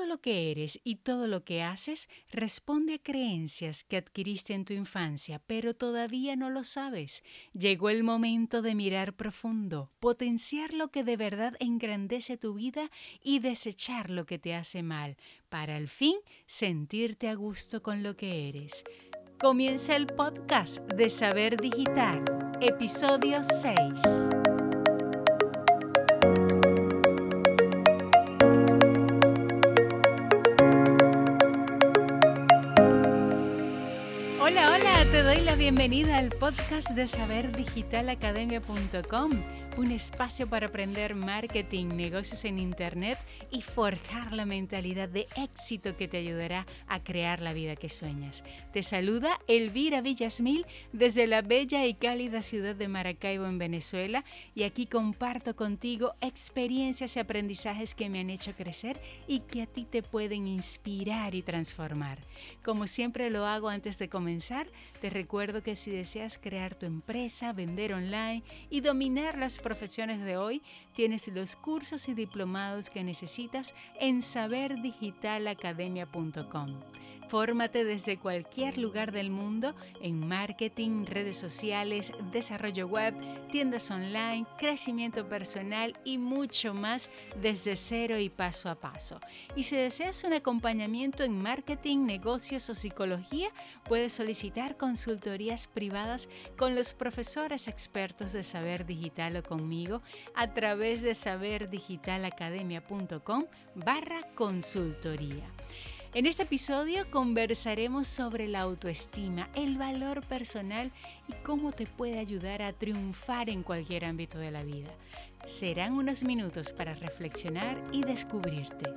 lo que eres y todo lo que haces responde a creencias que adquiriste en tu infancia, pero todavía no lo sabes. Llegó el momento de mirar profundo, potenciar lo que de verdad engrandece tu vida y desechar lo que te hace mal, para al fin sentirte a gusto con lo que eres. Comienza el podcast de Saber Digital, episodio 6. Hola, te doy la bienvenida al podcast de saberdigitalacademia.com, un espacio para aprender marketing, negocios en internet y forjar la mentalidad de éxito que te ayudará a crear la vida que sueñas. Te saluda Elvira Villasmil desde la bella y cálida ciudad de Maracaibo en Venezuela, y aquí comparto contigo experiencias y aprendizajes que me han hecho crecer y que a ti te pueden inspirar y transformar. Como siempre lo hago antes de comenzar, te recuerdo que si deseas crear tu empresa, vender online y dominar las profesiones de hoy, tienes los cursos y diplomados que necesitas en saberdigitalacademia.com. Fórmate desde cualquier lugar del mundo en marketing, redes sociales, desarrollo web, tiendas online, crecimiento personal y mucho más desde cero y paso a paso. Y si deseas un acompañamiento en marketing, negocios o psicología, puedes solicitar consultorías privadas con los profesores expertos de Saber Digital o conmigo a través de saberdigitalacademia.com/consultoría. En este episodio conversaremos sobre la autoestima, el valor personal y cómo te puede ayudar a triunfar en cualquier ámbito de la vida. Serán unos minutos para reflexionar y descubrirte.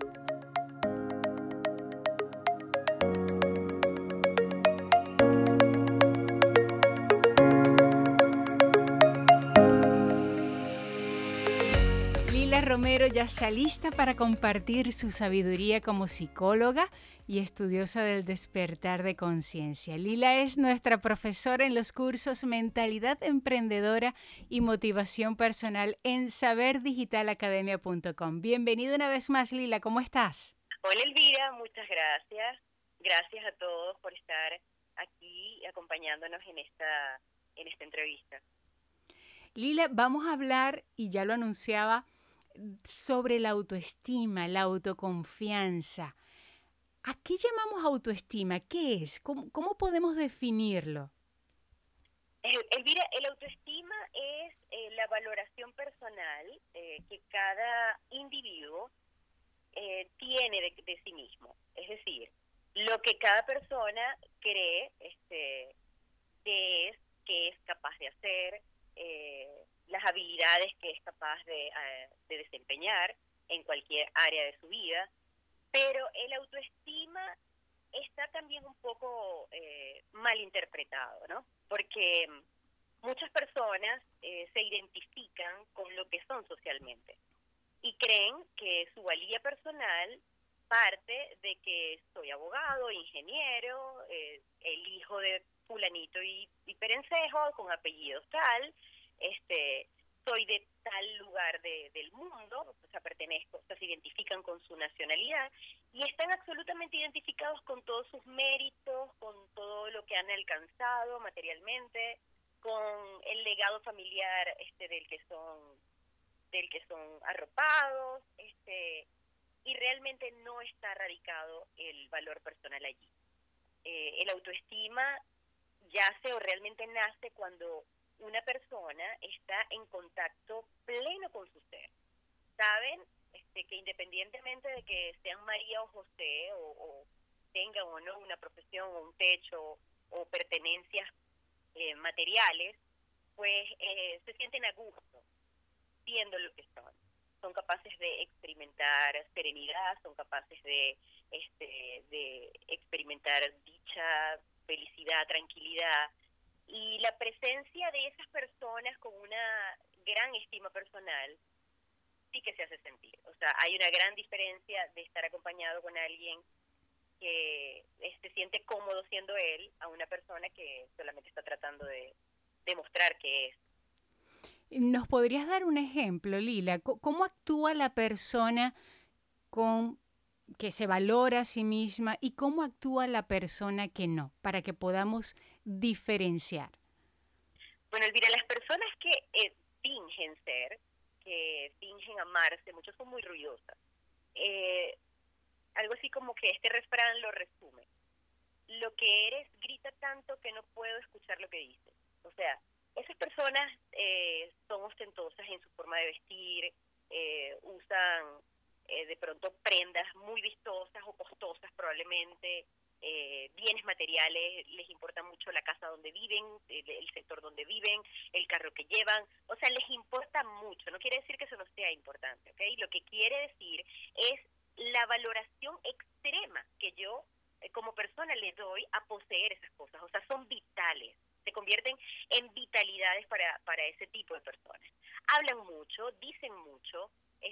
Lila Romero ya está lista para compartir su sabiduría como psicóloga y estudiosa del despertar de conciencia. Lila es nuestra profesora en los cursos Mentalidad Emprendedora y Motivación Personal en saberdigitalacademia.com. Bienvenida una vez más, Lila, ¿cómo estás? Hola Elvira, muchas gracias. Gracias a todos por estar aquí acompañándonos en esta entrevista. Lila, vamos a hablar, y ya lo anunciaba, sobre la autoestima, la autoconfianza. ¿A qué llamamos autoestima? ¿Qué es? ¿Cómo podemos definirlo? Elvira, el autoestima es la valoración personal que cada individuo tiene de sí mismo. Es decir, lo que cada persona cree que es capaz de hacer, las habilidades que es capaz de desempeñar en cualquier área de su vida. Pero el autoestima está también un poco mal interpretado, ¿no? Porque muchas personas se identifican con lo que son socialmente y creen que su valía personal parte de que soy abogado, ingeniero, el hijo de fulanito y perencejo, con apellidos tal, soy de tal lugar del mundo, o sea, pertenezco, o sea, se identifican con su nacionalidad y están absolutamente identificados con todos sus méritos, con todo lo que han alcanzado materialmente, con el legado familiar del que son arropados, y realmente no está radicado el valor personal allí. El autoestima yace o realmente nace cuando una persona está en contacto pleno con su ser. Saben que independientemente de que sean María o José o tengan o no una profesión o un techo o pertenencias materiales, pues se sienten a gusto siendo lo que son. Son capaces de experimentar serenidad, son capaces de experimentar dicha, felicidad, tranquilidad. Y la presencia de esas personas con una gran estima personal sí que se hace sentir. O sea, hay una gran diferencia de estar acompañado con alguien que se siente cómodo siendo él a una persona que solamente está tratando de demostrar que es. ¿Nos podrías dar un ejemplo, Lila? ¿Cómo actúa la persona con que se valora a sí misma y cómo actúa la persona que no, para que podamos diferenciar. Bueno, Elvira, las personas que fingen ser, que fingen amarse, muchas son muy ruidosas. Eh, Algo así como que este refrán lo resume. Lo que eres grita tanto que no puedo escuchar lo que dices. O sea, esas personas son ostentosas en su forma de vestir, usan de pronto prendas muy vistosas o costosas probablemente, bienes materiales, les importa mucho la casa donde viven, el sector donde viven, el carro que llevan, o sea, les importa mucho, no quiere decir que eso no sea importante, ¿ok? Lo que quiere decir es la valoración extrema que yo como persona le doy a poseer esas cosas, o sea, son vitales, se convierten en vitalidades para ese tipo de personas. Hablan mucho, dicen mucho,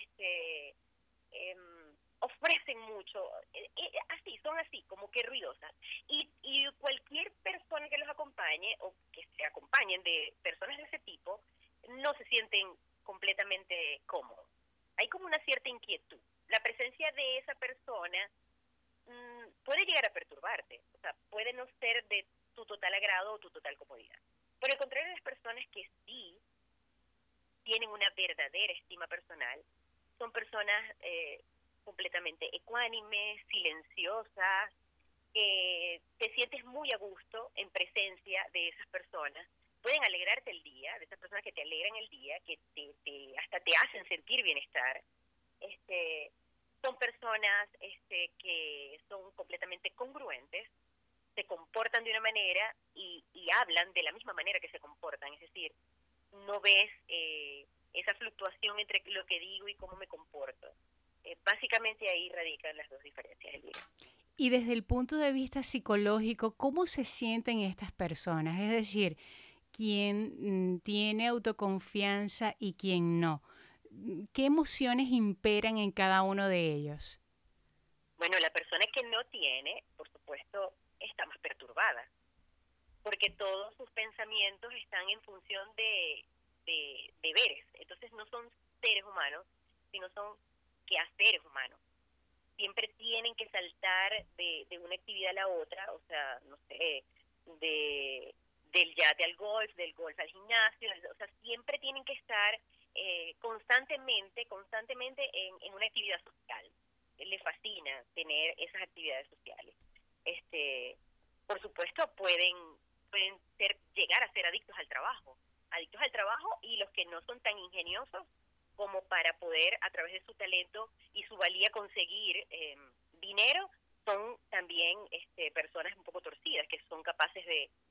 eh, ofrecen mucho, así, son así, como que ruidosas. Y cualquier persona que los acompañe o que se acompañen de personas de ese tipo, no se sienten completamente cómodos. Hay como una cierta inquietud. La presencia de esa persona puede llegar a perturbarte, o sea, puede no ser de tu total agrado o tu total comodidad. Por el contrario, las personas que sí tienen una verdadera estima personal son personas completamente ecuánimes, silenciosas, que te sientes muy a gusto en presencia de esas personas. Pueden alegrarte el día, de esas personas que te alegran el día, que hasta te hacen sentir bienestar. Son personas que son completamente congruentes, se comportan de una manera y hablan de la misma manera que se comportan, es decir, no ves esa fluctuación entre lo que digo y cómo me comporto. Básicamente ahí radican las dos diferencias, Elvira. Y desde el punto de vista psicológico, ¿cómo se sienten estas personas? Es decir, ¿quién tiene autoconfianza y quién no? ¿Qué emociones imperan en cada uno de ellos? Bueno, la persona que no tiene, por supuesto, está más perturbada, porque todos sus pensamientos están en función de deberes. Entonces no son seres humanos, sino son quehaceres humanos. Siempre tienen que saltar de una actividad a la otra, o sea, no sé, del yate al golf, del golf al gimnasio, o sea, siempre tienen que estar constantemente en una actividad social. Les fascina tener esas actividades sociales. Por supuesto, pueden llegar a ser adictos al trabajo y los que no son tan ingeniosos como para poder a través de su talento y su valía conseguir dinero, son también personas un poco torcidas, que son capaces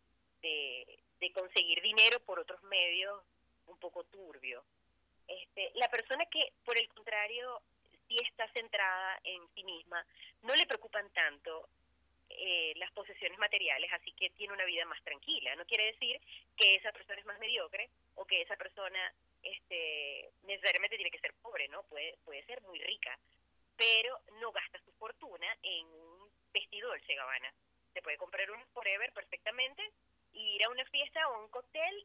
de conseguir dinero por otros medios un poco turbios. La persona que, por el contrario, sí está centrada en sí misma, no le preocupan tanto las posesiones materiales, así que tiene una vida más tranquila. No quiere decir que esa persona es más mediocre o que esa persona necesariamente tiene que ser pobre, ¿no? Puede ser muy rica, pero no gasta su fortuna en un vestido Dolce & Gabbana. Se puede comprar un Forever perfectamente, ir a una fiesta o a un cóctel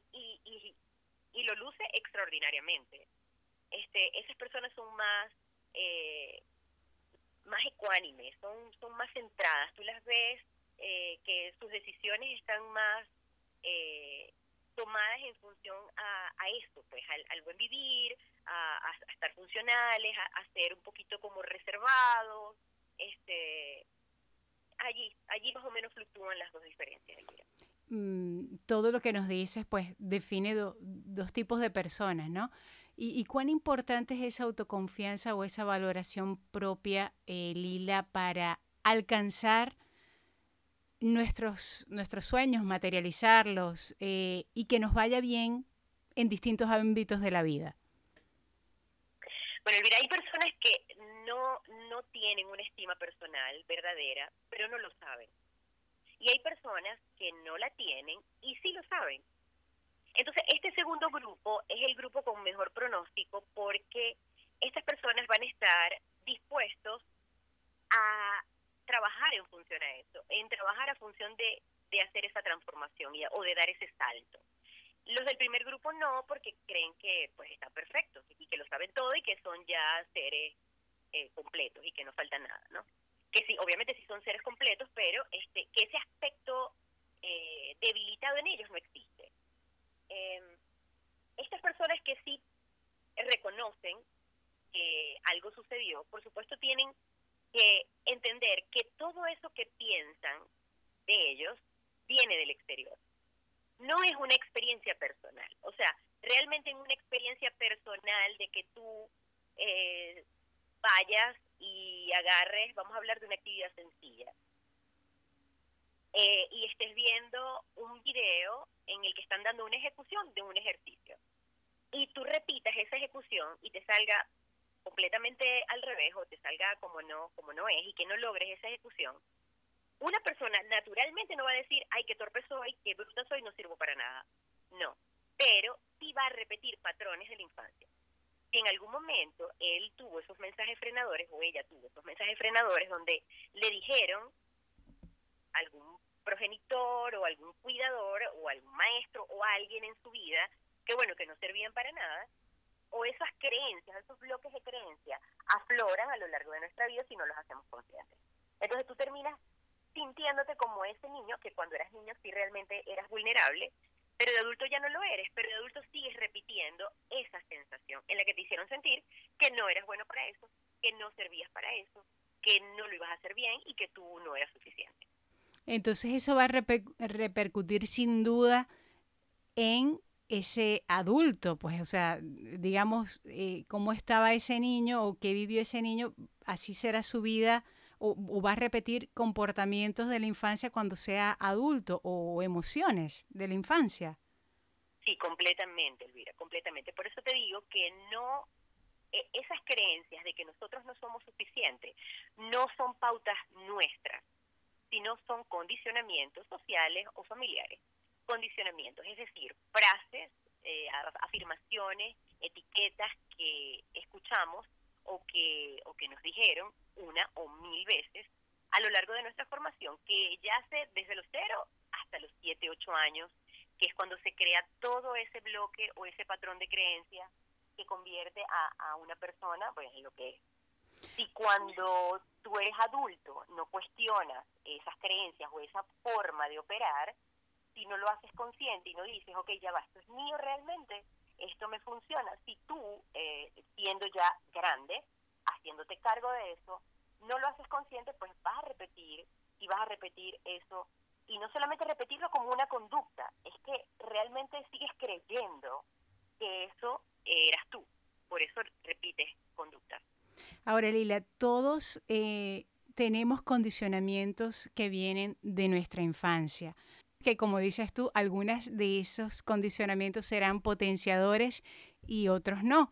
y lo luce extraordinariamente. Esas personas son más ecuánimes, son más centradas. Tú las ves que sus decisiones están más tomadas en función a esto, pues al buen vivir, a estar funcionales, a ser un poquito como reservados. Allí más o menos fluctúan las dos diferencias. Todo lo que nos dices pues define dos tipos de personas, ¿no? ¿Y cuán importante es esa autoconfianza o esa valoración propia, Lila, para alcanzar nuestros sueños, materializarlos y que nos vaya bien en distintos ámbitos de la vida? Bueno, Elvira, hay personas que no tienen una estima personal verdadera, pero no lo saben. Y hay personas que no la tienen y sí lo saben. Entonces, este segundo grupo es el grupo con mejor pronóstico porque estas personas van a estar dispuestos a trabajar en función a eso, en trabajar a función de hacer esa transformación o de dar ese salto. Los del primer grupo no, porque creen que pues están perfectos y que lo saben todo y que son ya seres completos y que no falta nada, ¿no? obviamente sí son seres completos, pero que ese aspecto debilitado en ellos no existe. Estas personas que sí reconocen que algo sucedió, por supuesto tienen que entender que todo eso que piensan de ellos viene del exterior. No es una experiencia personal. O sea, realmente en una experiencia personal de que tú vayas y agarres, vamos a hablar de una actividad sencilla, y estés viendo un video en el que están dando una ejecución de un ejercicio, y tú repitas esa ejecución y te salga completamente al revés o te salga como no es y que no logres esa ejecución, una persona naturalmente no va a decir, ay, qué torpe soy, qué bruta soy, no sirvo para nada. No, pero sí va a repetir patrones de la infancia. Si en algún momento él tuvo esos mensajes frenadores o ella tuvo esos mensajes frenadores donde le dijeron algún progenitor o algún cuidador o algún maestro o alguien en su vida que bueno, que no servían para nada, o esas creencias, esos bloques de creencias afloran a lo largo de nuestra vida si no los hacemos conscientes. Entonces tú terminas sintiéndote como ese niño que cuando eras niño sí realmente eras vulnerable, pero de adulto ya no lo eres, pero de adulto sigues repitiendo esa sensación en la que te hicieron sentir que no eras bueno para eso, que no servías para eso, que no lo ibas a hacer bien y que tú no eras suficiente. Entonces eso va a repercutir sin duda en ese adulto, pues, o sea, digamos, cómo estaba ese niño o qué vivió ese niño, así será su vida o va a repetir comportamientos de la infancia cuando sea adulto o emociones de la infancia. Sí, completamente, Elvira, completamente. Por eso te digo que no, esas creencias de que nosotros no somos suficientes no son pautas nuestras, sino son condicionamientos sociales o familiares. Condicionamientos, es decir, frases, afirmaciones, etiquetas que escuchamos o que nos dijeron una o mil veces a lo largo de nuestra formación, que yace desde los 0 hasta los 7, 8 años, que es cuando se crea todo ese bloque o ese patrón de creencias que convierte a una persona pues, en lo que es. Si cuando tú eres adulto no cuestionas esas creencias o esa forma de operar, si no lo haces consciente y no dices, ok, ya va, esto es mío realmente, esto me funciona, si tú, siendo ya grande, haciéndote cargo de eso, no lo haces consciente, pues vas a repetir y vas a repetir eso, y no solamente repetirlo como una conducta, es que realmente sigues creyendo que eso eras tú, por eso repites conductas. Ahora, Lila, todos tenemos condicionamientos que vienen de nuestra infancia, que como dices tú, algunas de esos condicionamientos serán potenciadores y otros no.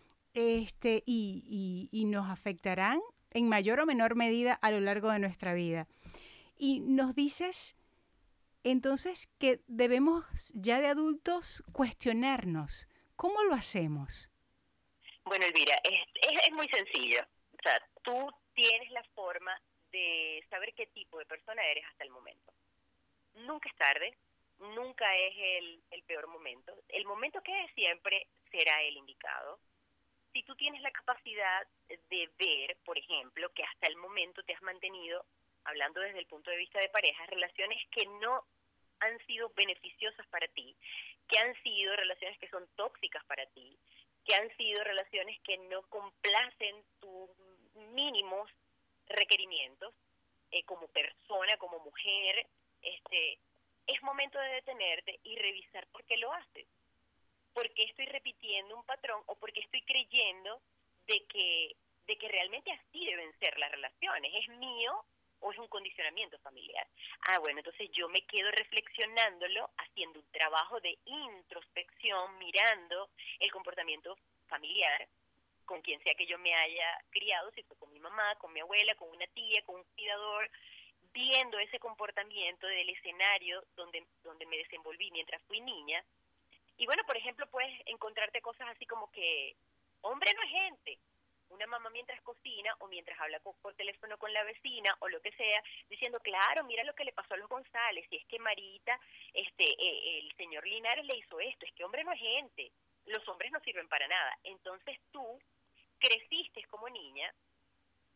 Y nos afectarán en mayor o menor medida a lo largo de nuestra vida. Y nos dices entonces que debemos ya de adultos cuestionarnos. ¿Cómo lo hacemos? Bueno, Elvira, es muy sencillo. O sea, tú tienes la forma de saber qué tipo de persona eres hasta el momento. Nunca es tarde, nunca es el peor momento. El momento que es siempre será el indicado. Si tú tienes la capacidad de ver, por ejemplo, que hasta el momento te has mantenido, hablando desde el punto de vista de pareja, relaciones que no han sido beneficiosas para ti, que han sido relaciones que son tóxicas para ti, que han sido relaciones que no complacen tus mínimos requerimientos como persona, como mujer, es momento de detenerte y revisar por qué lo haces. ¿Por qué estoy repitiendo un patrón o por qué estoy creyendo de que realmente así deben ser las relaciones? ¿Es mío o es un condicionamiento familiar? Bueno, entonces yo me quedo reflexionándolo, haciendo un trabajo de introspección, mirando el comportamiento familiar, con quien sea que yo me haya criado, si fue con mi mamá, con mi abuela, con una tía, con un cuidador, viendo ese comportamiento del escenario donde me desenvolví mientras fui niña. Y bueno, por ejemplo, puedes encontrarte cosas así como que hombre no es gente. Una mamá mientras cocina o mientras habla por teléfono con la vecina o lo que sea, diciendo, claro, mira lo que le pasó a los González, y es que Marita, el señor Linares le hizo esto, es que hombre no es gente, los hombres no sirven para nada. Entonces tú creciste como niña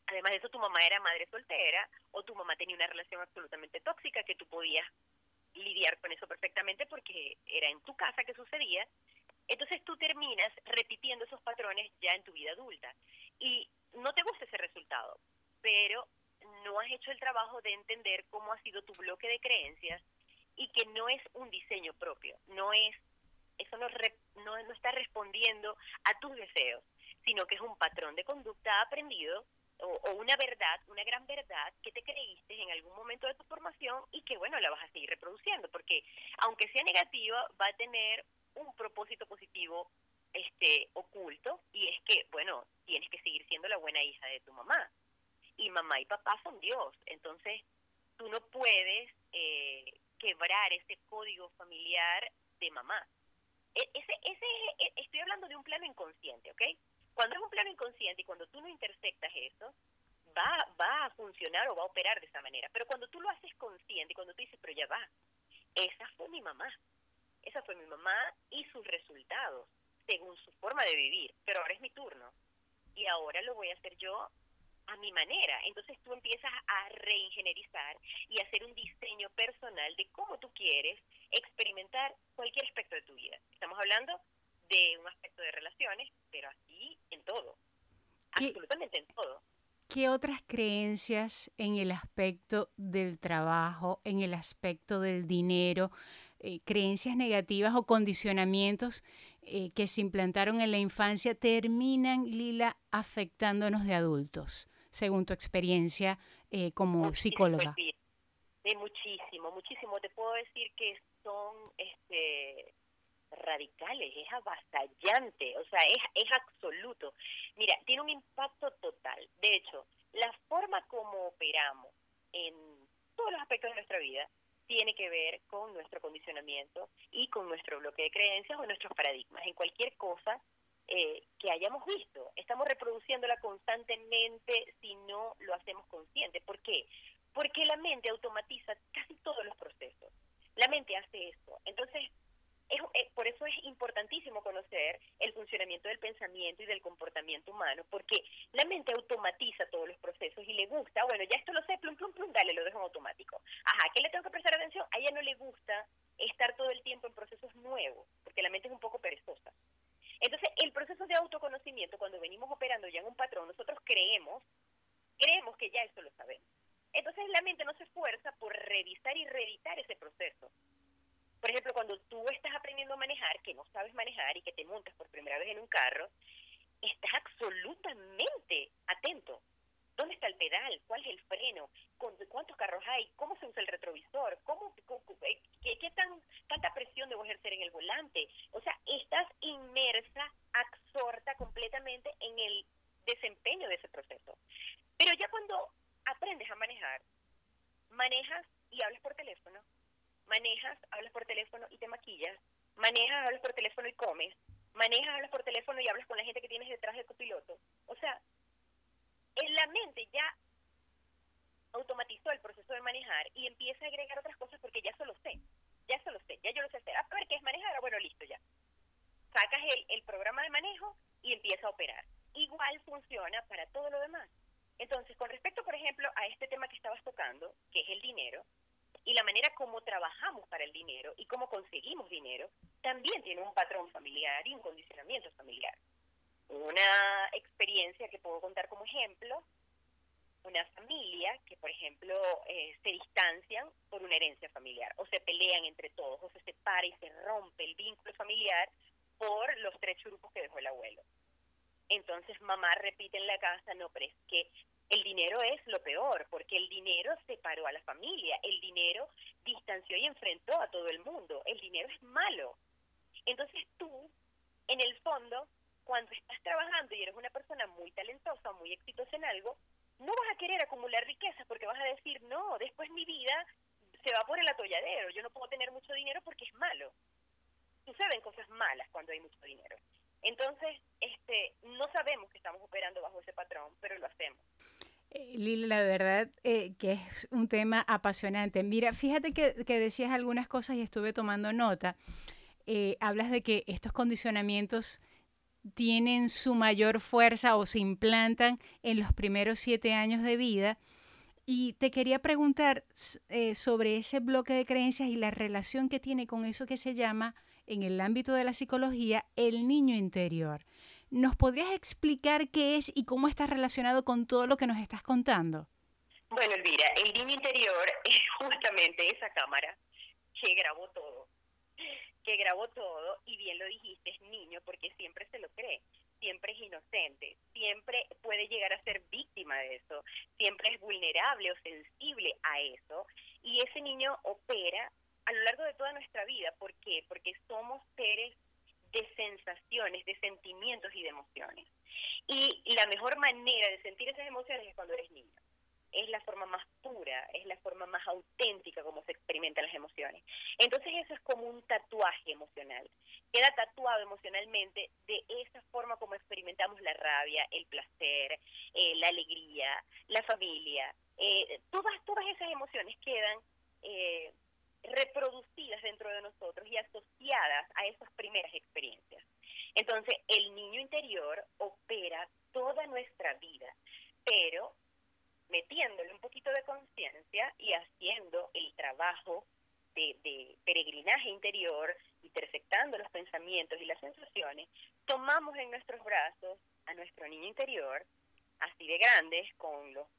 Además de eso, tu mamá era madre soltera o tu mamá tenía una relación absolutamente tóxica que tú podías lidiar con eso perfectamente porque era en tu casa que sucedía. Entonces tú terminas repitiendo esos patrones ya en tu vida adulta y no te gusta ese resultado, pero no has hecho el trabajo de entender cómo ha sido tu bloque de creencias y que no es un diseño propio, eso no está respondiendo a tus deseos, sino que es un patrón de conducta aprendido o una verdad, una gran verdad que te creíste en algún momento de tu formación y que, bueno, la vas a seguir reproduciendo, porque aunque sea negativa, va a tener un propósito positivo oculto, y es que, bueno, tienes que seguir siendo la buena hija de tu mamá. Y mamá y papá son Dios, entonces tú no puedes quebrar ese código familiar de mamá. Estoy hablando de un plano inconsciente, ¿ok? Cuando es un plano inconsciente y cuando tú no intersectas eso, va a funcionar o va a operar de esa manera. Pero cuando tú lo haces consciente y cuando tú dices, pero ya va, esa fue mi mamá y sus resultados, según su forma de vivir, pero ahora es mi turno y ahora lo voy a hacer yo a mi manera. Entonces tú empiezas a reingenierizar y a hacer un diseño personal de cómo tú quieres experimentar cualquier aspecto de tu vida. Estamos hablando de un aspecto de relaciones, pero así en todo, absolutamente en todo. ¿Qué otras creencias en el aspecto del trabajo, en el aspecto del dinero, creencias negativas o condicionamientos que se implantaron en la infancia terminan, Lila, afectándonos de adultos, según tu experiencia como psicóloga? Muchísimo. Te puedo decir que son radicales, es avasallante, o sea, es absoluto. Mira, tiene un impacto total. De hecho, la forma como operamos en todos los aspectos de nuestra vida tiene que ver con nuestro condicionamiento y con nuestro bloque de creencias o nuestros paradigmas. En cualquier cosa que hayamos visto, estamos reproduciéndola constantemente si no lo hacemos consciente. ¿Por qué? Porque la mente automatiza casi todos los procesos. La mente hace eso. Entonces, por eso es importantísimo conocer el funcionamiento del pensamiento y del comportamiento humano, porque la mente automatiza todos los procesos y le gusta, bueno, ya esto lo sé, plum, plum, plum, dale, lo dejo en automático. Ajá, ¿qué le tengo que prestar atención? A ella no le gusta estar todo el tiempo en procesos nuevos, porque la mente es un poco perezosa. Entonces, el proceso de autoconocimiento, cuando venimos operando ya en un patrón, nosotros creemos que ya eso lo sabemos. Entonces, la mente no se esfuerza por revisar y reeditar ese proceso. Por ejemplo, cuando tú estás aprendiendo a manejar, que no sabes manejar y que te montas por primera vez en un carro, estás absolutamente atento. ¿Dónde está el pedal? ¿Cuál es el freno? ¿Cuántos carros hay? ¿Cómo se usa el retrovisor? ¿Qué tanta presión debo ejercer en el volante? O sea, estás inmersa, absorta completamente en el desempeño de ese proceso. Pero ya cuando aprendes a manejas y hablas por teléfono, hablas por teléfono y te maquillas, hablas por teléfono y comes, hablas por teléfono y hablas con la gente que tienes detrás del copiloto. O sea, en la mente ya automatizó el proceso de manejar y empieza a agregar otras cosas porque ya yo lo sé hacer. A ver, ¿qué es manejar? Ah, bueno, listo, ya. Sacas el programa de manejo y empieza a operar. Igual funciona para todo lo demás. Entonces, con respecto, por ejemplo, a este tema que estabas tocando, que es el dinero, y la manera como trabajamos para el dinero y cómo conseguimos dinero, también tiene un patrón familiar y un condicionamiento familiar. Una experiencia que puedo contar como ejemplo, una familia que, por ejemplo, se distancian por una herencia familiar, o se pelean entre todos, o se separa y se rompe el vínculo familiar por los 3 churupos que dejó el abuelo. Entonces mamá repite en la casa, no, pero es que el dinero es lo peor, porque el dinero separó a la familia, el dinero distanció y enfrentó a todo el mundo, el dinero es malo. Entonces tú, en el fondo, cuando estás trabajando y eres una persona muy talentosa, muy exitosa en algo, no vas a querer acumular riquezas porque vas a decir, no, después mi vida se va por el atolladero, yo no puedo tener mucho dinero porque es malo. Suceden cosas malas cuando hay mucho dinero. Entonces, no sabemos que estamos operando bajo ese patrón, pero lo hacemos. Lila, la verdad que es un tema apasionante. Mira, fíjate que decías algunas cosas y estuve tomando nota. Hablas de que estos condicionamientos tienen su mayor fuerza o se implantan en los primeros 7 años de vida. Y te quería preguntar sobre ese bloque de creencias y la relación que tiene con eso que se llama, en el ámbito de la psicología, el niño interior. ¿Nos podrías explicar qué es y cómo está relacionado con todo lo que nos estás contando? Bueno, Elvira, el niño interior es justamente esa cámara que grabó todo, y bien lo dijiste, es niño porque siempre se lo cree, siempre es inocente, siempre puede llegar a ser víctima de eso, siempre es vulnerable o sensible a eso, y ese niño opera a lo largo de toda nuestra vida. ¿Por qué? Porque somos seres de sensaciones, de sentimientos y de emociones. Y la mejor manera de sentir esas emociones es cuando eres niño. Es la forma más pura, es la forma más auténtica como se experimentan las emociones. Entonces eso es como un tatuaje emocional. Queda tatuado emocionalmente de esa forma como experimentamos la rabia, el placer, la alegría, la familia. Todas esas emociones quedan reproducidas dentro de nosotros y asociadas a esas primeras experiencias. Entonces el niño interior opera toda nuestra vida, pero metiéndole un poquito de conciencia y haciendo el trabajo de peregrinaje interior, intersectando los pensamientos y las sensaciones, tomamos en nuestros brazos a nuestro niño interior, así de grandes, con los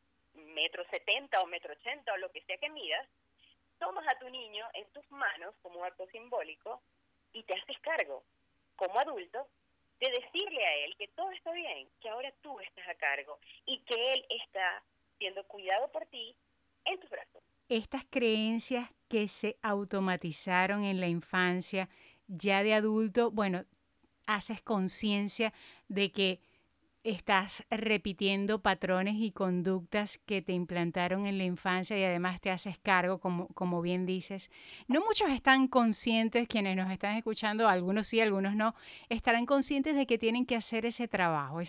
1,70 m o 1,80 m o lo que sea que midas, tomas a tu niño en tus manos como un acto simbólico y te haces cargo, como adulto, de decirle a él que todo está bien, que ahora tú estás a cargo y que él está siendo cuidado por ti en tus brazos. Estas creencias que se automatizaron en la infancia, ya de adulto, bueno, haces conciencia de que estás repitiendo patrones y conductas que te implantaron en la infancia y además te haces cargo, como bien dices. No muchos están conscientes, quienes nos están escuchando, algunos sí, algunos no, estarán conscientes de que tienen que hacer ese trabajo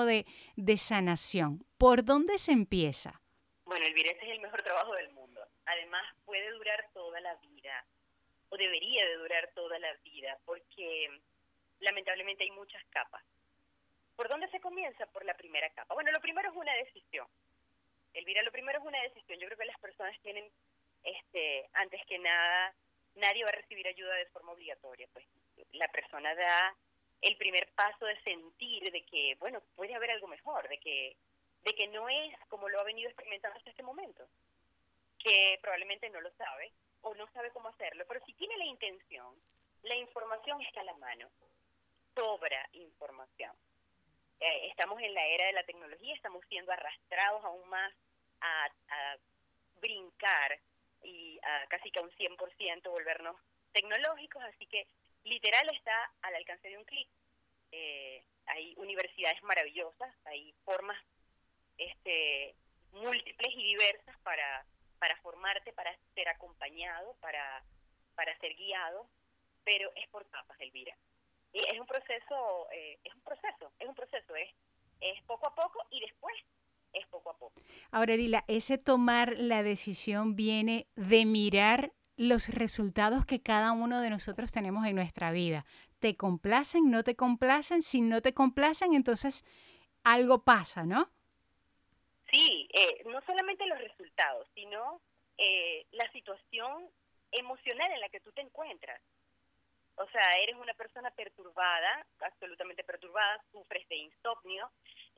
de sanación. ¿Por dónde se empieza? Bueno, Elvira, ese es el mejor trabajo del mundo. Además, puede durar toda la vida, o debería de durar toda la vida, porque lamentablemente hay muchas capas. ¿Por dónde se comienza? Por la primera capa. Bueno, lo primero es una decisión. Elvira, lo primero es una decisión. Yo creo que las personas tienen, antes que nada, nadie va a recibir ayuda de forma obligatoria. Pues la persona da el primer paso de sentir de que, bueno, puede haber algo mejor, de que no es como lo ha venido experimentando hasta este momento, que probablemente no lo sabe o no sabe cómo hacerlo, pero si tiene la intención, la información está a la mano, sobra información. Estamos en la era de la tecnología, estamos siendo arrastrados aún más a brincar y a casi que a un 100% volvernos tecnológicos, así que literal está al alcance de un clic. Hay universidades maravillosas, hay formas múltiples y diversas para formarte, para ser acompañado, para ser guiado, pero es por capas, Elvira. Y es un proceso, es poco a poco y después es poco a poco. Ahora, Lila, ese tomar la decisión viene de mirar los resultados que cada uno de nosotros tenemos en nuestra vida. ¿Te complacen? ¿No te complacen? Si no te complacen, entonces algo pasa, ¿no? Sí, no solamente los resultados, sino la situación emocional en la que tú te encuentras. O sea, eres una persona perturbada, absolutamente perturbada, sufres de insomnio,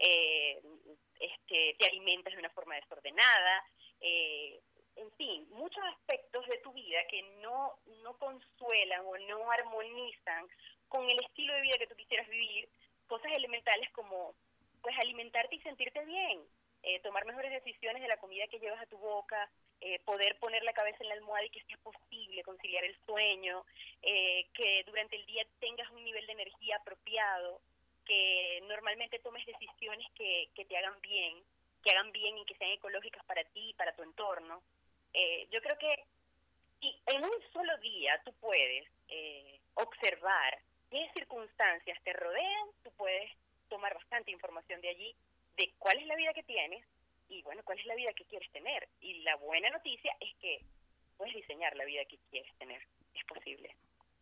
te alimentas de una forma desordenada, en fin, muchos aspectos de tu vida que no consuelan o no armonizan con el estilo de vida que tú quisieras vivir, cosas elementales como pues alimentarte y sentirte bien, tomar mejores decisiones de la comida que llevas a tu boca, poder poner la cabeza en la almohada y que sea posible conciliar el sueño, que durante el día tengas un nivel de energía apropiado, que normalmente tomes decisiones que te hagan bien y que sean ecológicas para ti y para tu entorno. Yo creo que si en un solo día tú puedes observar qué circunstancias te rodean, tú puedes tomar bastante información de allí, de cuál es la vida que tienes y, bueno, cuál es la vida que quieres tener. Y la buena noticia es que puedes diseñar la vida que quieres tener. Es posible.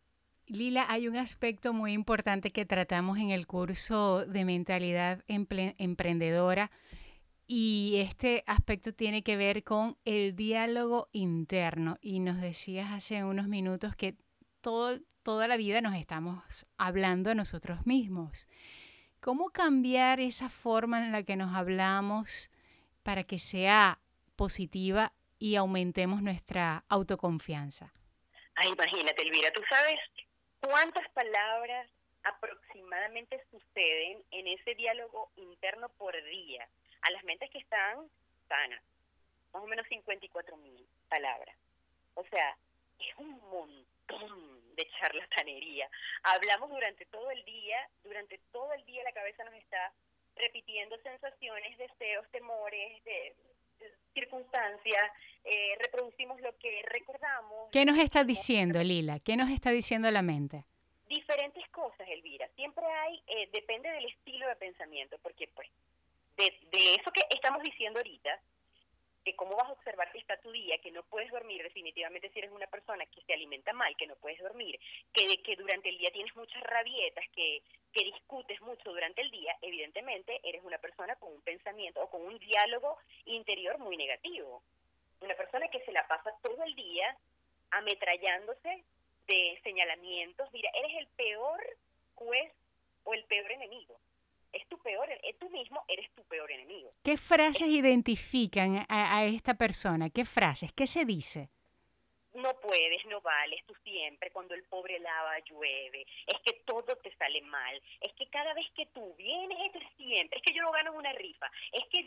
Lila, hay un aspecto muy importante que tratamos en el curso de mentalidad emprendedora y este aspecto tiene que ver con el diálogo interno. Y nos decías hace unos minutos que toda la vida nos estamos hablando a nosotros mismos. ¿Cómo cambiar esa forma en la que nos hablamos para que sea positiva y aumentemos nuestra autoconfianza? Imagínate, Elvira, ¿tú sabes cuántas palabras aproximadamente suceden en ese diálogo interno por día? A las mentes que están sanas, más o menos 54.000 palabras. O sea, es un montón de charlatanería. Hablamos durante todo el día la cabeza nos está repitiendo sensaciones, deseos, temores, de circunstancias, reproducimos lo que recordamos. ¿Qué nos está diciendo, Lila? ¿Qué nos está diciendo la mente? Diferentes cosas, Elvira. Siempre hay, depende del estilo de pensamiento, porque pues de eso que estamos diciendo ahorita, de cómo vas a observar que está tu día, que no puedes dormir definitivamente si eres una persona que se alimenta mal, que no puedes dormir, que durante el día tienes muchas rabietas, que discutes mucho durante el día, evidentemente eres una persona con un pensamiento o con un diálogo interior muy negativo. Una persona que se la pasa todo el día ametrallándose de señalamientos. Mira, eres el peor juez o el peor enemigo. Tú mismo eres tu peor enemigo. ¿Qué frases identifican a esta persona? ¿Qué frases? ¿Qué se dice? No puedes, no vales, tú siempre, cuando el pobre lava llueve, es que todo te sale mal, es que cada vez que tú vienes, siempre, es que yo no gano una rifa, es que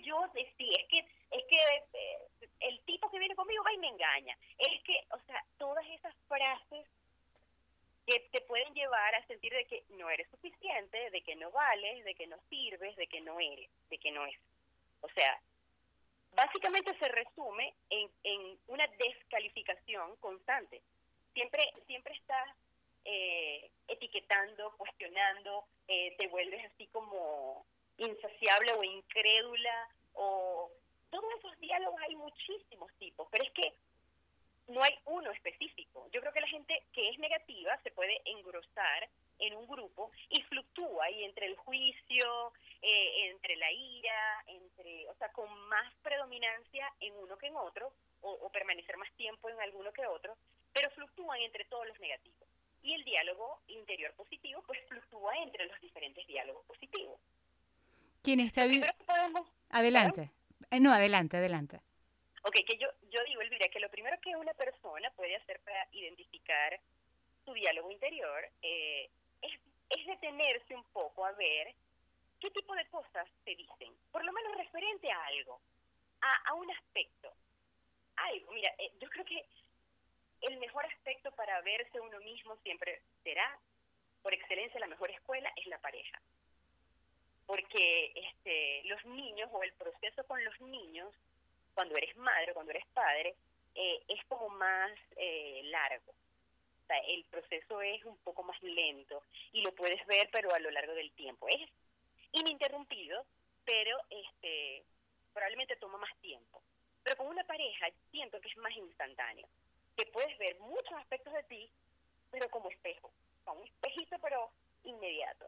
el tipo que viene conmigo va y me engaña, o sea, todas esas frases que te pueden llevar a sentir de que no eres suficiente, de que no vales, de que no sirves, de que no eres, de que no es. O sea, básicamente se resume en una descalificación constante. Siempre estás etiquetando, cuestionando, te vuelves así como insaciable o incrédula, o todos esos diálogos hay muchísimos tipos, pero es que no hay uno específico. Yo creo que la gente que es negativa se puede engrosar en un grupo y fluctúa y entre el juicio, entre la ira, o sea, con más predominancia en uno que en otro, o permanecer más tiempo en alguno que otro, pero fluctúan entre todos los negativos. Y el diálogo interior positivo, pues fluctúa entre los diferentes diálogos positivos. ¿Quién está vivo? Adelante. Adelante. Ok, que yo digo, Elvira, que lo primero que una persona puede hacer para identificar su diálogo interior es detenerse un poco a ver qué tipo de cosas se dicen, por lo menos referente a algo, a un aspecto. Mira, yo creo que el mejor aspecto para verse uno mismo siempre será, por excelencia, la mejor escuela es la pareja. Porque los niños, o el proceso con los niños, cuando eres madre, cuando eres padre, es como más largo. O sea, el proceso es un poco más lento y lo puedes ver, pero a lo largo del tiempo. Es ininterrumpido, pero probablemente toma más tiempo. Pero con una pareja siento que es más instantáneo, que puedes ver muchos aspectos de ti, pero como espejo. O sea, un espejito, pero inmediato.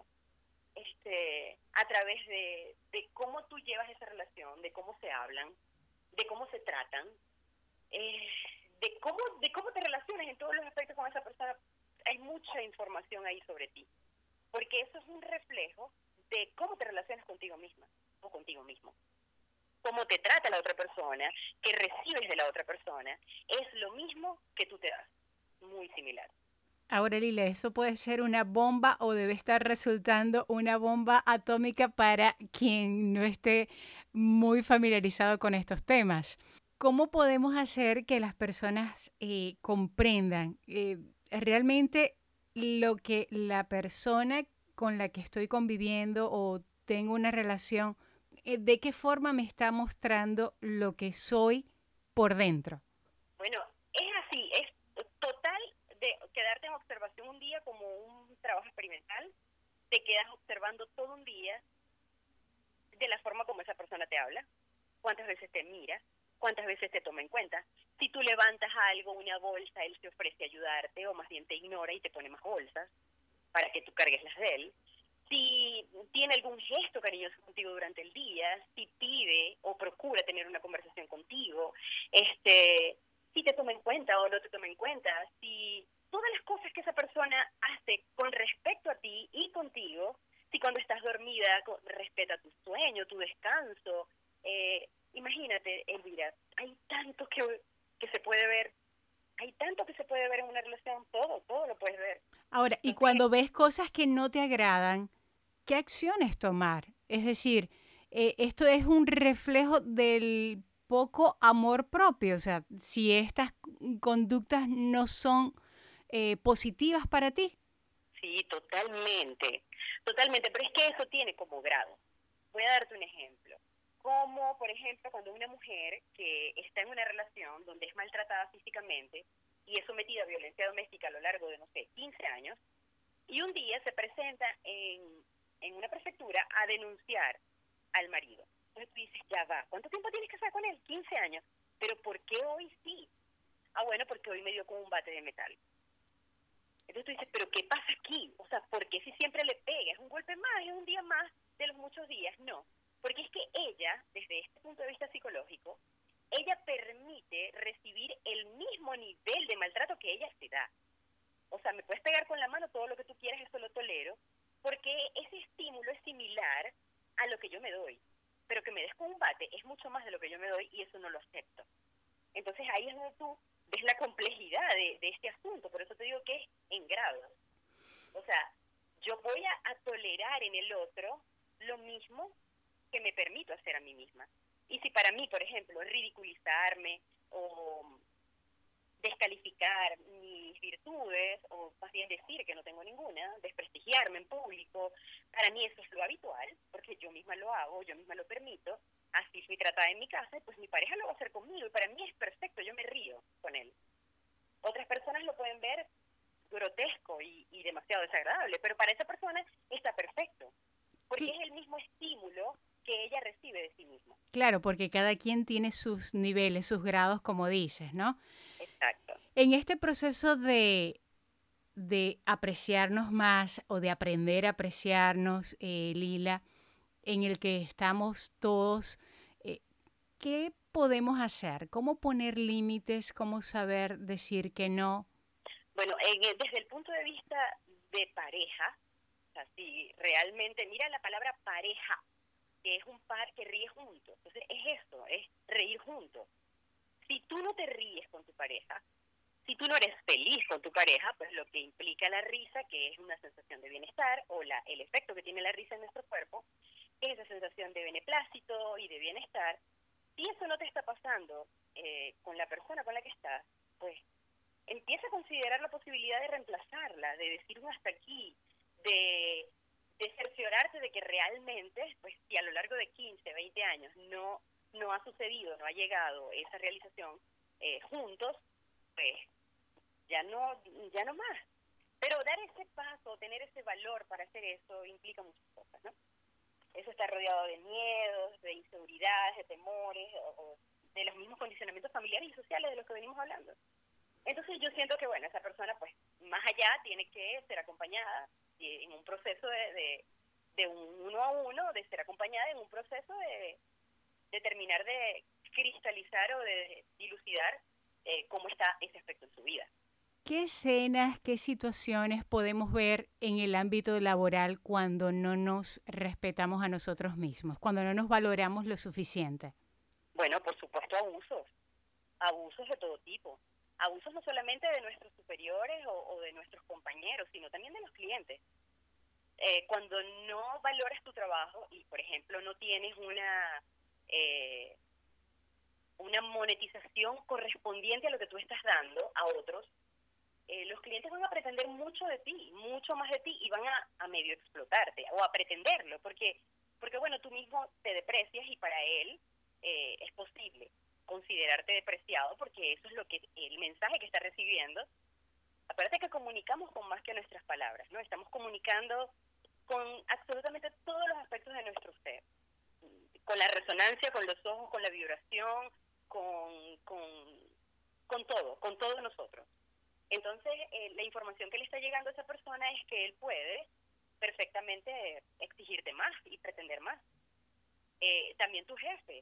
A través de cómo tú llevas esa relación, de cómo se hablan, de cómo se tratan, de cómo te relacionas en todos los aspectos con esa persona. Hay mucha información ahí sobre ti, porque eso es un reflejo de cómo te relacionas contigo misma o contigo mismo. Cómo te trata la otra persona, qué recibes de la otra persona, es lo mismo que tú te das, muy similar. Ahora, Lila, ¿eso puede ser una bomba o debe estar resultando una bomba atómica para quien no esté muy familiarizado con estos temas? ¿Cómo podemos hacer que las personas comprendan realmente lo que la persona con la que estoy conviviendo o tengo una relación, de qué forma me está mostrando lo que soy por dentro? Bueno, es así, es total de quedarte en observación un día como un trabajo experimental. Te quedas observando todo un día de la forma como esa persona te habla, cuántas veces te mira, cuántas veces te toma en cuenta, Si tú levantas algo, una bolsa, él se ofrece a ayudarte o más bien te ignora y te pone más bolsas para que tú cargues las de él. Si tiene algún gesto cariñoso contigo durante el día, si pide o procura tener una conversación contigo, si te toma en cuenta o no te toma en cuenta, si todas las cosas que esa persona hace con respecto a ti y contigo, si cuando estás dormida respeta tu sueño, tu descanso, imagínate, Elvira, hay tanto que se puede ver, hay tanto que se puede ver en una relación, todo lo puedes ver. Ahora, y Entonces, cuando ves cosas que no te agradan, ¿qué acciones tomar? Es decir, esto es un reflejo del poco amor propio. O sea, si estas conductas no son positivas para ti. sí, totalmente, pero es que eso tiene como grado. Voy a darte un ejemplo. Como, por ejemplo, cuando una mujer que está en una relación donde es maltratada físicamente y es sometida a violencia doméstica a lo largo de, no sé, 15 años, y un día se presenta en una prefectura a denunciar al marido. Entonces tú dices, ya va, ¿cuánto tiempo tienes que estar con él? 15 años. ¿Pero por qué hoy sí? Ah, bueno, porque hoy me dio con un bate de metal. Entonces tú dices, ¿pero qué pasa aquí? O sea, ¿por qué si siempre le pega? ¿Es un golpe más? ¿Es un día más de los muchos días? No, porque es que ella, desde este punto de vista psicológico, ella permite recibir el mismo nivel de maltrato que ella se da. O sea, me puedes pegar con la mano todo lo que tú quieras, eso lo tolero, porque ese estímulo es similar a lo que yo me doy. Pero que me des con un bate es mucho más de lo que yo me doy y eso no lo acepto. Entonces ahí es donde tú ves la complejidad de este asunto, por eso te digo que es en grados. O sea, yo voy a tolerar en el otro lo mismo que me permito hacer a mí misma. Y si para mí, por ejemplo, ridiculizarme o descalificar mis virtudes, o más bien decir que no tengo ninguna, desprestigiarme en público, para mí eso es lo habitual, porque yo misma lo hago, yo misma lo permito, así fui tratada en mi casa, pues mi pareja lo va a hacer conmigo, y para mí es perfecto, yo me río con él. Otras personas lo pueden ver grotesco y demasiado desagradable, pero para esa persona está perfecto, porque es el mismo estímulo que ella recibe de sí misma. Claro, porque cada quien tiene sus niveles, sus grados, como dices, ¿no? Exacto. En este proceso de apreciarnos más o de aprender a apreciarnos, Lila, en el que estamos todos, ¿qué podemos hacer? ¿Cómo poner límites? ¿Cómo saber decir que no? Bueno, desde el punto de vista de pareja, o sea, si realmente, mira la palabra pareja, que es un par que ríe juntos. Entonces es esto, es reír juntos. Si tú no te ríes con tu pareja, si tú no eres feliz con tu pareja, pues lo que implica la risa, que es una sensación de bienestar, o el efecto que tiene la risa en nuestro cuerpo, es esa sensación de beneplácito y de bienestar. Si eso no te está pasando con la persona con la que estás, pues empieza a considerar la posibilidad de reemplazarla, de decir un hasta aquí, de cerciorarte de que realmente, pues si a lo largo de 15, 20 años no ha sucedido, no ha llegado esa realización juntos, pues ya no más. Pero dar ese paso, tener ese valor para hacer eso implica muchas cosas, ¿no? Eso está rodeado de miedos, de inseguridades, de temores, o de los mismos condicionamientos familiares y sociales de los que venimos hablando. Entonces yo siento que, bueno, esa persona, pues, más allá tiene que ser acompañada en un proceso de un uno a uno, de ser acompañada en un proceso de terminar de cristalizar o de dilucidar cómo está ese aspecto en su vida. ¿Qué escenas, qué situaciones podemos ver en el ámbito laboral cuando no nos respetamos a nosotros mismos, cuando no nos valoramos lo suficiente? Bueno, por supuesto, abusos de todo tipo. Abusos no solamente de nuestros superiores o de nuestros compañeros, sino también de los clientes. Cuando no valoras tu trabajo y, por ejemplo, no tienes una monetización correspondiente a lo que tú estás dando a otros, los clientes van a pretender mucho de ti, mucho más de ti, y van a medio explotarte o a pretenderlo, porque bueno, tú mismo te deprecias y para él es posible considerarte depreciado, porque eso es lo que el mensaje que está recibiendo. Acuérdate que comunicamos con más que nuestras palabras, ¿no? Estamos comunicando con absolutamente todos los aspectos de nuestro ser, con la resonancia, con los ojos, con la vibración, con con todos nosotros. Entonces, la información que le está llegando a esa persona es que él puede perfectamente exigirte más y pretender más. También tu jefe,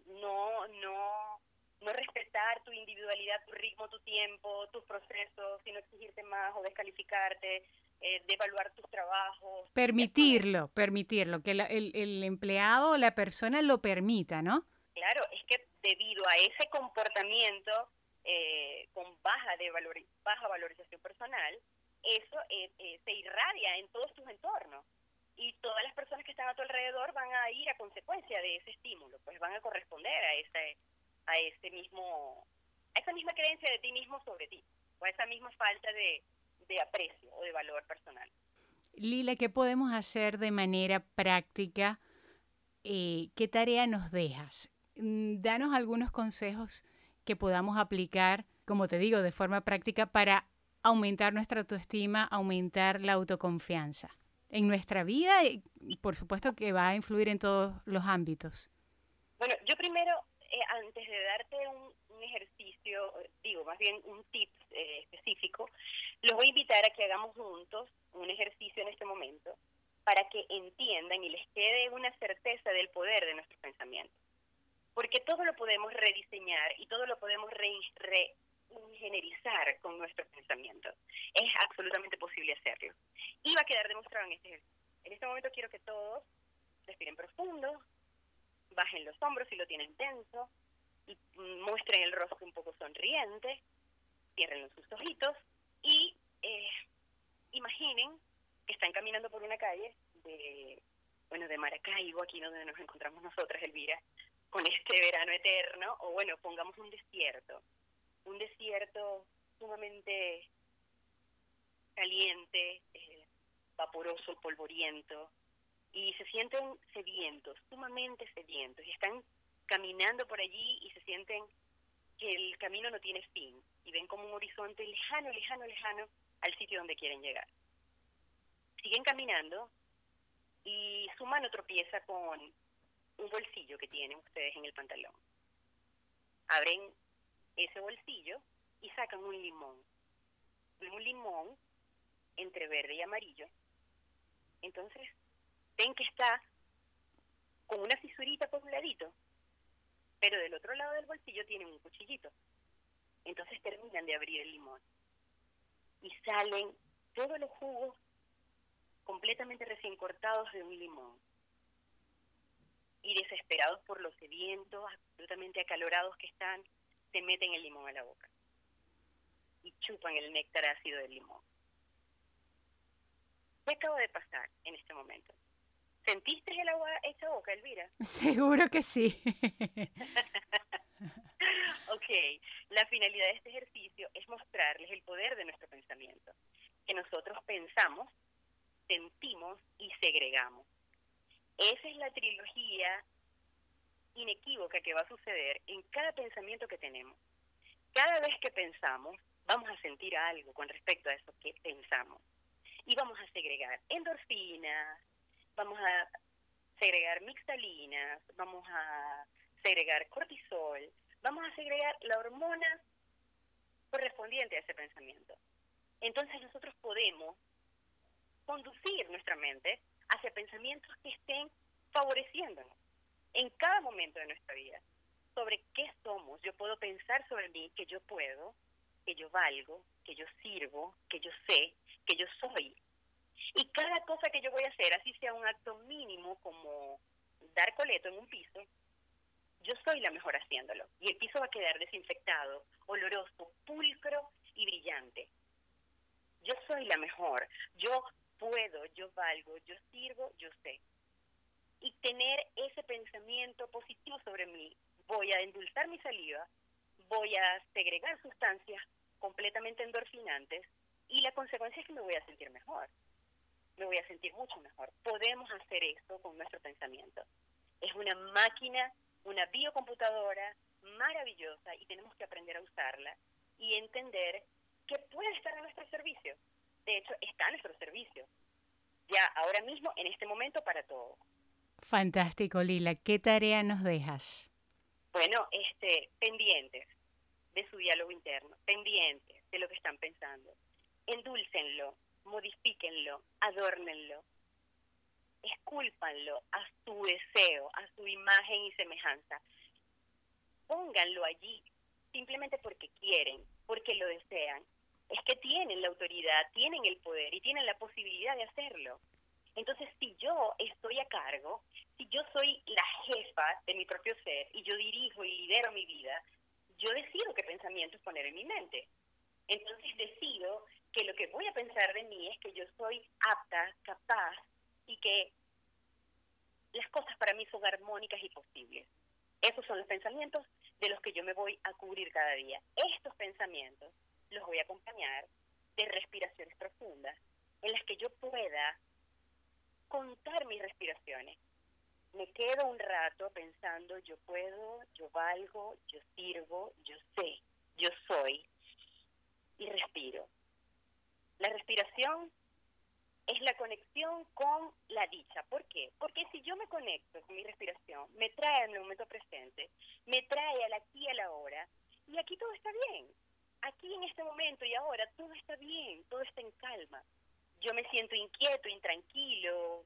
no respetar tu individualidad, tu ritmo, tu tiempo, tus procesos, sino exigirte más o descalificarte, devaluar tus trabajos. Permitirlo, que el empleado o la persona lo permita, ¿no? Claro, es que debido a ese comportamiento con baja valorización personal, eso se irradia en todos tus entornos. Y todas las personas que están a tu alrededor van a ir a consecuencia de ese estímulo, pues van a corresponder a esa misma creencia de ti mismo sobre ti, o a esa misma falta de aprecio o de valor personal. Lila, ¿qué podemos hacer de manera práctica? ¿Qué tarea nos dejas? Danos algunos consejos que podamos aplicar, como te digo, de forma práctica para aumentar nuestra autoestima, aumentar la autoconfianza en nuestra vida y por supuesto que va a influir en todos los ámbitos. Bueno, yo primero, antes de darte un ejercicio, más bien un tip específico, los voy a invitar a que hagamos juntos un ejercicio en este momento para que entiendan y les quede una certeza del poder de nuestros pensamientos. Porque todo lo podemos rediseñar y todo lo podemos reingenierizar con nuestros pensamientos. Es absolutamente posible hacerlo. Y va a quedar demostrado en este ejercicio. En este momento quiero que todos respiren profundo, bajen los hombros si lo tienen tenso, y muestren el rostro un poco sonriente, cierren sus ojitos y imaginen que están caminando por una calle de Maracaibo, aquí donde nos encontramos nosotras, Elvira, con este verano eterno, o pongamos un desierto sumamente caliente, vaporoso, polvoriento, y se sienten sedientos, sumamente sedientos, y están caminando por allí y se sienten que el camino no tiene fin, y ven como un horizonte lejano, lejano, lejano al sitio donde quieren llegar. Siguen caminando y su mano tropieza con un bolsillo que tienen ustedes en el pantalón. Abren ese bolsillo y sacan un limón. Un limón entre verde y amarillo. Entonces, ven que está con una fisurita por un ladito, pero del otro lado del bolsillo tienen un cuchillito. Entonces terminan de abrir el limón y salen todos los jugos completamente recién cortados de un limón. Y desesperados por los sedientos, absolutamente acalorados que están, se meten el limón a la boca y chupan el néctar ácido del limón. ¿Qué acaba de pasar en este momento? ¿Sentiste el agua hecha boca, Elvira? Seguro que sí. Ok, la finalidad de este ejercicio es mostrarles el poder de nuestro pensamiento, que nosotros pensamos, sentimos y segregamos. Esa es la trilogía inequívoca que va a suceder en cada pensamiento que tenemos. Cada vez que pensamos, vamos a sentir algo con respecto a eso que pensamos. Y vamos a segregar endorfinas, vamos a segregar mixtalinas, vamos a segregar cortisol, vamos a segregar la hormona correspondiente a ese pensamiento. Entonces nosotros podemos conducir nuestra mente hacia pensamientos que estén favoreciéndonos en cada momento de nuestra vida. Sobre qué somos, yo puedo pensar sobre mí que yo puedo, que yo valgo, que yo sirvo, que yo sé, que yo soy. Y cada cosa que yo voy a hacer, así sea un acto mínimo como dar coleto en un piso, yo soy la mejor haciéndolo. Y el piso va a quedar desinfectado, oloroso, pulcro y brillante. Yo soy la mejor, yo puedo, yo valgo, yo sirvo, yo sé. Y tener ese pensamiento positivo sobre mí, voy a endulzar mi saliva, voy a segregar sustancias completamente endorfinantes y la consecuencia es que me voy a sentir mejor, me voy a sentir mucho mejor. Podemos hacer eso con nuestro pensamiento. Es una máquina, una biocomputadora maravillosa y tenemos que aprender a usarla y entender que puede estar a nuestro servicio. De hecho, está a nuestro servicio. Ya, ahora mismo, en este momento, para todo. Fantástico, Lila. ¿Qué tarea nos dejas? Bueno, pendientes de su diálogo interno, pendientes de lo que están pensando. Endúlcenlo, modifíquenlo, adórnenlo, escúlpanlo a su deseo, a su imagen y semejanza. Pónganlo allí simplemente porque quieren, porque lo desean. Es que tienen la autoridad, tienen el poder y tienen la posibilidad de hacerlo. Entonces, si yo estoy a cargo, si yo soy la jefa de mi propio ser y yo dirijo y lidero mi vida, yo decido qué pensamientos poner en mi mente. Entonces decido que lo que voy a pensar de mí es que yo soy apta, capaz y que las cosas para mí son armónicas y posibles. Esos son los pensamientos de los que yo me voy a cubrir cada día. Estos pensamientos los voy a acompañar de respiraciones profundas en las que yo pueda contar mis respiraciones. Me quedo un rato pensando, yo puedo, yo valgo, yo sirvo, yo sé, yo soy, y respiro. La respiración es la conexión con la dicha. ¿Por qué? Porque si yo me conecto con mi respiración, me trae al momento presente, me trae al aquí y a la hora, y aquí todo está bien. Aquí en este momento y ahora todo está bien, todo está en calma. Yo me siento inquieto, intranquilo,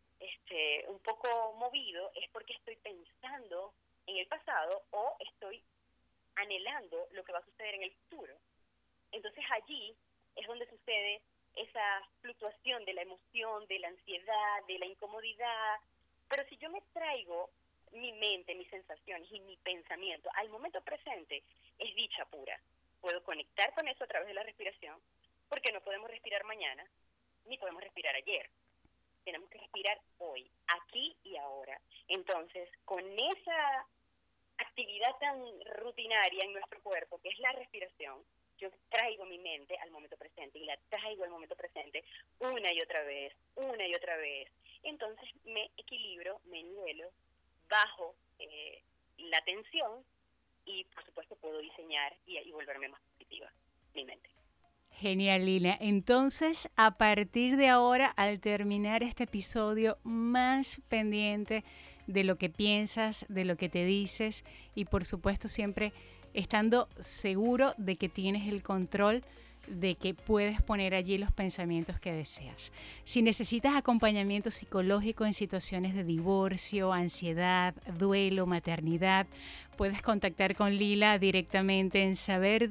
un poco movido, es porque estoy pensando en el pasado o estoy anhelando lo que va a suceder en el futuro. Entonces allí es donde sucede esa fluctuación de la emoción, de la ansiedad, de la incomodidad. Pero si yo me traigo mi mente, mis sensaciones y mi pensamiento al momento presente, es dicha pura. Puedo conectar con eso a través de la respiración, porque no podemos respirar mañana, ni podemos respirar ayer. Tenemos que respirar hoy, aquí y ahora. Entonces, con esa actividad tan rutinaria en nuestro cuerpo, que es la respiración, yo traigo mi mente al momento presente y la traigo al momento presente una y otra vez, una y otra vez. Entonces me equilibro, me nivelo, bajo la tensión y por supuesto puedo diseñar y volverme más positiva mi mente. Genial, Lila. Entonces, a partir de ahora, al terminar este episodio, más pendiente de lo que piensas, de lo que te dices y por supuesto siempre estando seguro de que tienes el control, de que puedes poner allí los pensamientos que deseas. Si necesitas acompañamiento psicológico en situaciones de divorcio, ansiedad, duelo, maternidad, puedes contactar con Lila directamente en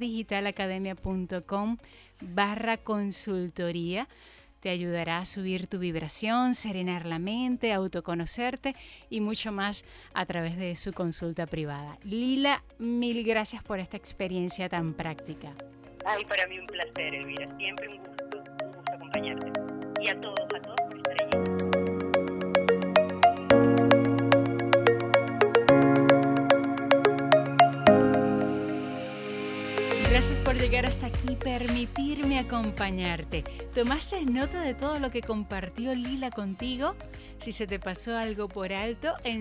saberdigitalacademia.com/consultoría. Te ayudará a subir tu vibración, serenar la mente, autoconocerte y mucho más a través de su consulta privada. Lila, mil gracias por esta experiencia tan práctica. Ay, para mí un placer, Elvira. Siempre un gusto acompañarte. Y a todos por estar allí. Gracias por llegar hasta aquí, permitirme acompañarte. ¿Tomaste nota de todo lo que compartió Lila contigo? Si se te pasó algo por alto, en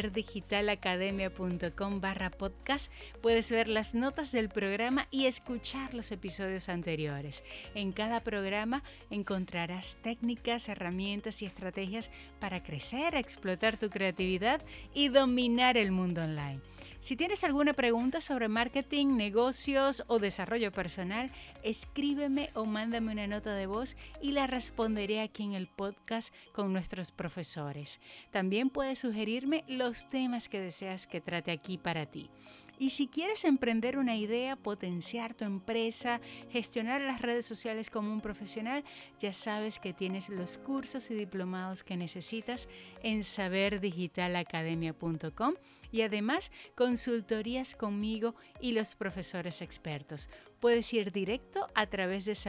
saberdigitalacademia.com/podcast puedes ver las notas del programa y escuchar los episodios anteriores. En cada programa encontrarás técnicas, herramientas y estrategias para crecer, explotar tu creatividad y dominar el mundo online. Si tienes alguna pregunta sobre marketing, negocios o desarrollo personal, escríbeme o mándame una nota de voz y la responderé aquí en el podcast con nuestros profesores. También puedes sugerirme los temas que deseas que trate aquí para ti. Y si quieres emprender una idea, potenciar tu empresa, gestionar las redes sociales como un profesional, ya sabes que tienes los cursos y diplomados que necesitas en saberdigitalacademia.com y además consultorías conmigo y los profesores expertos. Puedes ir directo a través de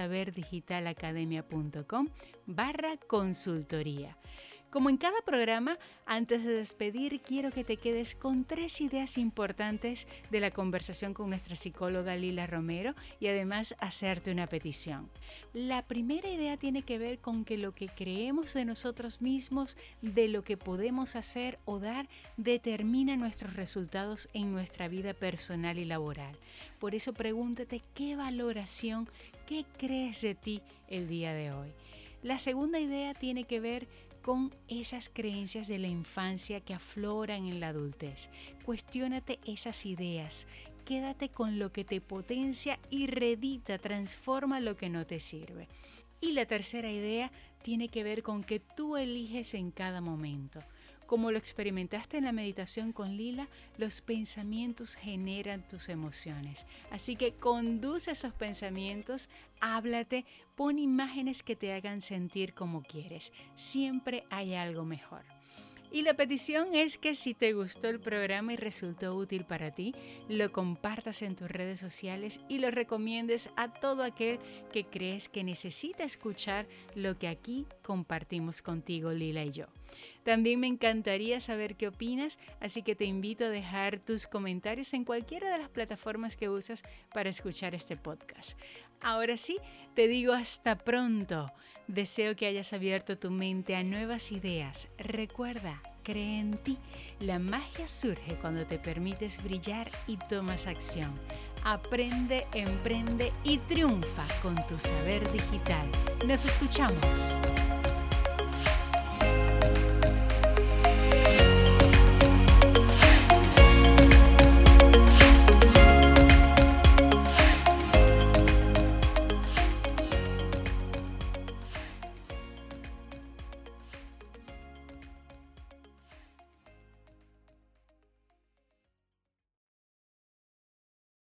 saberdigitalacademia.com/consultoría. Como en cada programa, antes de despedir, quiero que te quedes con 3 ideas importantes de la conversación con nuestra psicóloga Lila Romero y además hacerte una petición. La primera idea tiene que ver con que lo que creemos de nosotros mismos, de lo que podemos hacer o dar, determina nuestros resultados en nuestra vida personal y laboral. Por eso pregúntate qué valoración, qué crees de ti el día de hoy. La segunda idea tiene que ver con esas creencias de la infancia que afloran en la adultez. Cuestiónate esas ideas. quédate con lo que te potencia y reedita, transforma lo que no te sirve. Y la tercera idea tiene que ver con que tú eliges en cada momento. Como lo experimentaste en la meditación con Lila, los pensamientos generan tus emociones. Así que conduce esos pensamientos, háblate, pon imágenes que te hagan sentir como quieres. Siempre hay algo mejor. Y la petición es que si te gustó el programa y resultó útil para ti, lo compartas en tus redes sociales y lo recomiendes a todo aquel que crees que necesita escuchar lo que aquí compartimos contigo, Lila y yo. También me encantaría saber qué opinas, así que te invito a dejar tus comentarios en cualquiera de las plataformas que usas para escuchar este podcast. Ahora sí, te digo hasta pronto. Deseo que hayas abierto tu mente a nuevas ideas. Recuerda, cree en ti. La magia surge cuando te permites brillar y tomas acción. Aprende, emprende y triunfa con tu saber digital. Nos escuchamos.